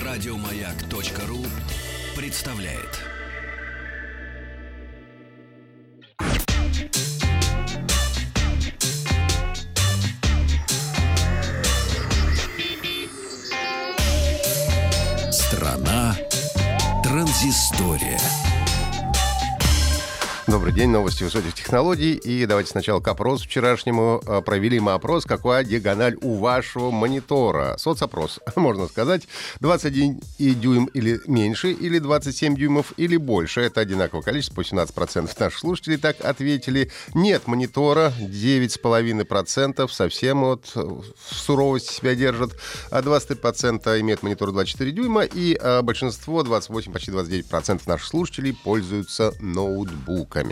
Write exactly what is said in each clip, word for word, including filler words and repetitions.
Радиомаяк.ру представляет. Страна транзистория. Добрый день, новости высоких технологий. И давайте сначала к опросу вчерашнему. Провели мы опрос, какая диагональ у вашего монитора. Соцопрос, можно сказать. двадцать один дюйм или меньше, или двадцать семь дюймов или больше. Это одинаковое количество, по семнадцать процентов наших слушателей так ответили. Нет монитора, девять целых пять десятых процента, совсем вот в суровости себя держат. А двадцать три процента имеют монитор двадцать четыре дюйма, и а, большинство, двадцать восемь, почти двадцать девять процентов наших слушателей пользуются ноутбуками.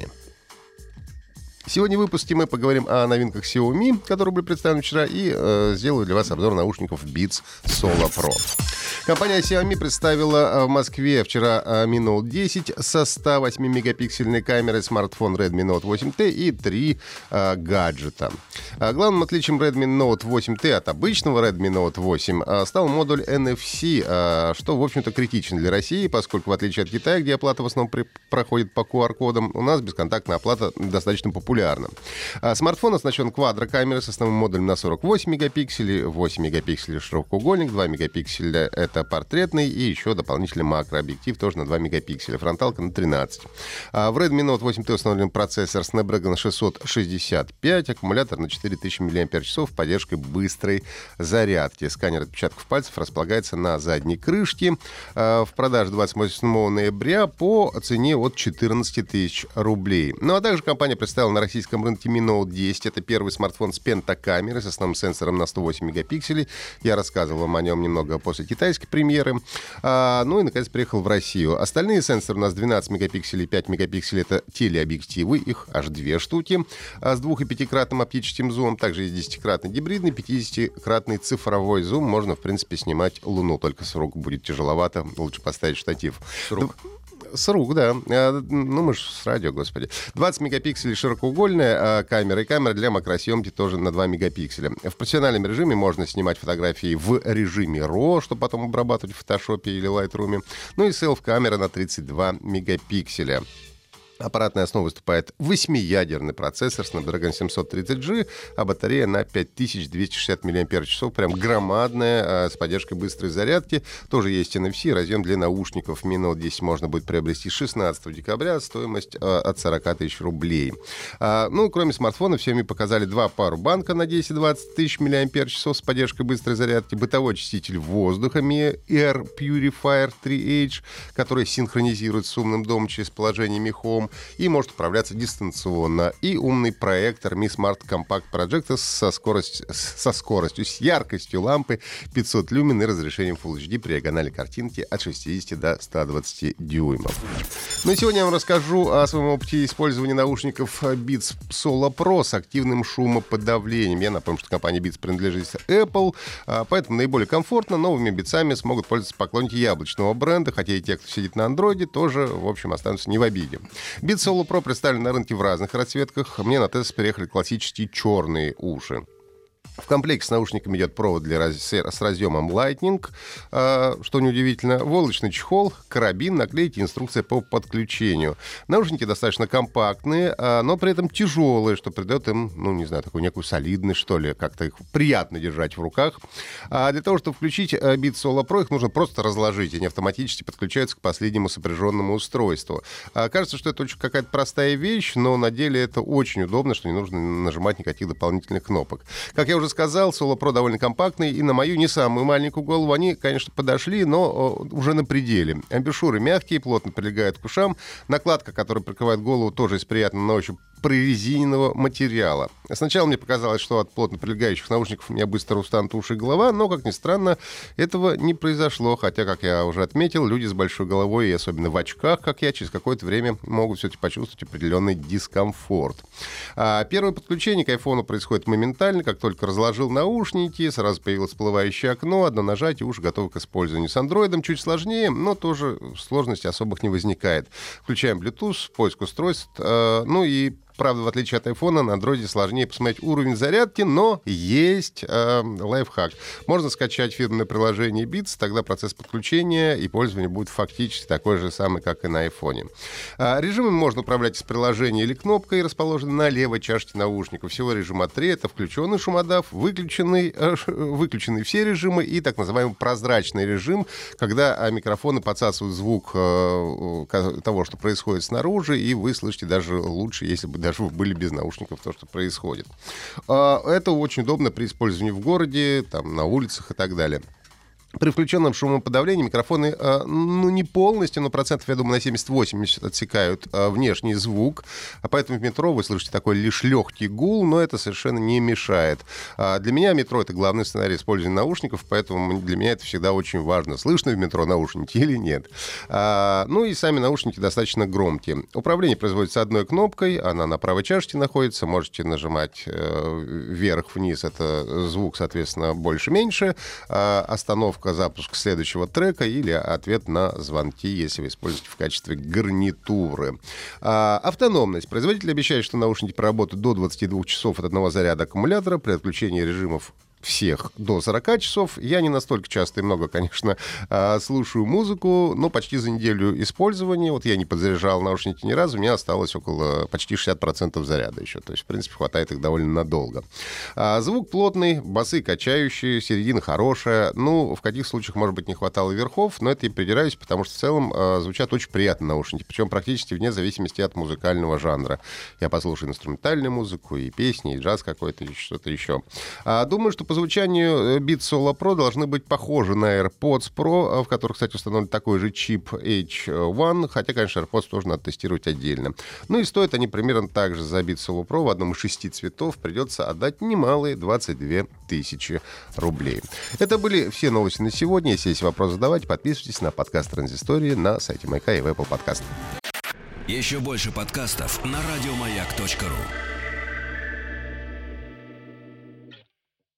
Сегодня в выпуске мы поговорим о новинках Xiaomi, которые были представлены вчера, и э, сделаю для вас обзор наушников Beats Solo Pro. Компания Xiaomi представила в Москве вчера Mi Note десять со ста восьми мегапиксельной камерой, смартфон Redmi Note восемь ти и три э, гаджета. А главным отличием Redmi Note восемь ти от обычного Redmi Note восемь э, стал модуль эн эф си, э, что, в общем-то, критично для России, поскольку, в отличие от Китая, где оплата в основном при- проходит по ку ар-кодам, у нас бесконтактная оплата достаточно популярна. А смартфон оснащен квадрокамерой с основным модулем на сорок восемь мегапикселей, восемь мегапикселей широкоугольник, два мегапикселя — это портретный, и еще дополнительный макрообъектив тоже на два мегапикселя, фронталка на тринадцать. А в Redmi Note восемь ти установлен процессор Snapdragon шестьсот шестьдесят пять, аккумулятор на четыре тысячи миллиампер-часов с поддержкой быстрой зарядки. Сканер отпечатков пальцев располагается на задней крышке. А в продаже двадцать восьмого ноября по цене от четырнадцать тысяч рублей. Ну а также компания представила на российском рынке Mi Note десять. Это первый смартфон с пентакамерой, с основным сенсором на сто восемь мегапикселей. Я рассказывал вам о нем немного после китайской премьеры. А, ну и, наконец, приехал в Россию. Остальные сенсоры у нас двенадцать мегапикселей, пять мегапикселей — это телеобъективы, их аж две штуки, а с двух- и пятикратным оптическим зумом. Также есть десятикратный гибридный, пятидесятикратный цифровой зум. Можно, в принципе, снимать Луну, только с рук будет тяжеловато. Лучше поставить штатив. С рук? С рук, да. А, ну, мы же с радио, господи. двадцать мегапикселей широкоугольная а, камера, и камера для макросъемки тоже на два мегапикселя. В профессиональном режиме можно снимать фотографии в режиме РО, чтобы потом обрабатывать в фотошопе или Lightroom. Ну и селф-камера на тридцать два мегапикселя. Аппаратной основой выступает восьмиядерный процессор Snapdragon семьсот тридцать джи, а батарея на пять тысяч двести шестьдесят миллиампер-часов. Прям громадная, с поддержкой быстрой зарядки. Тоже есть эн эф си, разъем для наушников. Mi Note десять можно будет приобрести шестнадцатого декабря. Стоимость от сорок тысяч рублей. А, ну, кроме смартфона, Xiaomi показали два пауэрбанка на десять-двадцать тысяч миллиампер-часов с поддержкой быстрой зарядки. Бытовой очиститель воздуха Mi Air Purifier три эйч, который синхронизирует с умным домом через положение Mi Home и может управляться дистанционно. И умный проектор Mi Smart Compact Projector со, скорость, со скоростью, с яркостью лампы пятьсот люмен и разрешением Full эйч ди при диагонали картинки от шестидесяти до ста двадцати дюймов. Ну и сегодня я вам расскажу о своем опыте использования наушников Beats Solo Pro с активным шумоподавлением. Я напомню, что компания Beats принадлежит Apple, поэтому наиболее комфортно новыми битсами смогут пользоваться поклонники яблочного бренда, хотя и те, кто сидит на андроиде, тоже, в общем, останутся не в обиде. Beats Solo Pro представлены на рынке в разных расцветках. Мне на тест приехали классические черные уши. В комплекте с наушниками идет провод для раз... с разъемом Lightning, э, что неудивительно, войлочный чехол, карабин, наклейки, инструкция по подключению. Наушники достаточно компактные, э, но при этом тяжелые, что придает им, ну, не знаю, такую некую солидность, что ли, как-то их приятно держать в руках. А для того, чтобы включить э, Beats Solo Pro, их нужно просто разложить, они автоматически подключаются к последнему сопряженному устройству. А, кажется, что это очень какая-то простая вещь, но на деле это очень удобно, что не нужно нажимать никаких дополнительных кнопок. Как я уже сказал, Solo Pro довольно компактный, и на мою не самую маленькую голову они, конечно, подошли, но о, уже на пределе. Амбушюры мягкие, плотно прилегают к ушам. Накладка, которая прикрывает голову, тоже из приятного на ощупь прорезиненного материала. Сначала мне показалось, что от плотно прилегающих наушников у меня быстро устанут уши и голова, но, как ни странно, этого не произошло. Хотя, как я уже отметил, люди с большой головой, и особенно в очках, как я, через какое-то время могут все-таки почувствовать определенный дискомфорт. А первое подключение к айфону происходит моментально. Как только разложил наушники, сразу появилось всплывающее окно, одно нажатие, уши готовы к использованию. С андроидом чуть сложнее, но тоже сложности особых не возникает. Включаем Bluetooth, поиск устройств, э, ну и Правда, в отличие от айфона, на андроиде сложнее посмотреть уровень зарядки, но есть э, лайфхак. Можно скачать фирменное приложение Beats, тогда процесс подключения и пользования будет фактически такой же самый, как и на айфоне. А, режимами можно управлять из приложения или кнопкой, расположенной на левой чашке наушников. Всего режима три — это включенный шумодав, выключенный, э, выключенный все режимы и так называемый прозрачный режим, когда а, микрофоны подсасывают звук э, того, что происходит снаружи, и вы слышите даже лучше, если бы даже вы были без наушников, то, что происходит. А, это очень удобно при использовании в городе, там, на улицах и так далее. При включенном шумоподавлении микрофоны, э, ну, не полностью, но процентов, я думаю, на семьдесят-восемьдесят отсекают э, внешний звук. А поэтому в метро вы слышите такой лишь легкий гул, но это совершенно не мешает. А для меня метро — это главный сценарий использования наушников, поэтому для меня это всегда очень важно. Слышно в метро наушники или нет. А, ну и сами наушники достаточно громкие. Управление производится одной кнопкой, она на правой чашке находится. Можете нажимать э, вверх-вниз, это звук, соответственно, больше-меньше. А, остановка, запуск следующего трека или ответ на звонки, если вы используете в качестве гарнитуры. А, автономность. Производитель обещает, что наушники проработают до двадцати двух часов от одного заряда аккумулятора при отключении режимов всех до сорока часов. Я не настолько часто и много, конечно, слушаю музыку, но почти за неделю использования, вот я не подзаряжал наушники ни разу, у меня осталось около почти шестьдесят процентов заряда еще. То есть, в принципе, хватает их довольно надолго. А, звук плотный, басы качающие, середина хорошая. Ну, в каких случаях, может быть, не хватало верхов, но это я придираюсь, потому что в целом а, звучат очень приятно наушники, причем практически вне зависимости от музыкального жанра. Я послушаю инструментальную музыку, и песни, и джаз какой-то, и что-то еще. А, думаю, что по звучанию Beats Solo Pro должны быть похожи на AirPods Pro, в которых, кстати, установлен такой же чип эйч один, хотя, конечно, AirPods тоже надо тестировать отдельно. Ну и стоят они примерно так же. За Beats Solo Pro в одном из шести цветов придется отдать немалые двадцать две тысячи рублей. Это были все новости на сегодня. Если есть вопросы, задавайте, подписывайтесь на подкаст Транзистории на сайте Маяка и в Apple Podcast. Еще больше подкастов на радиомаяк точка ру.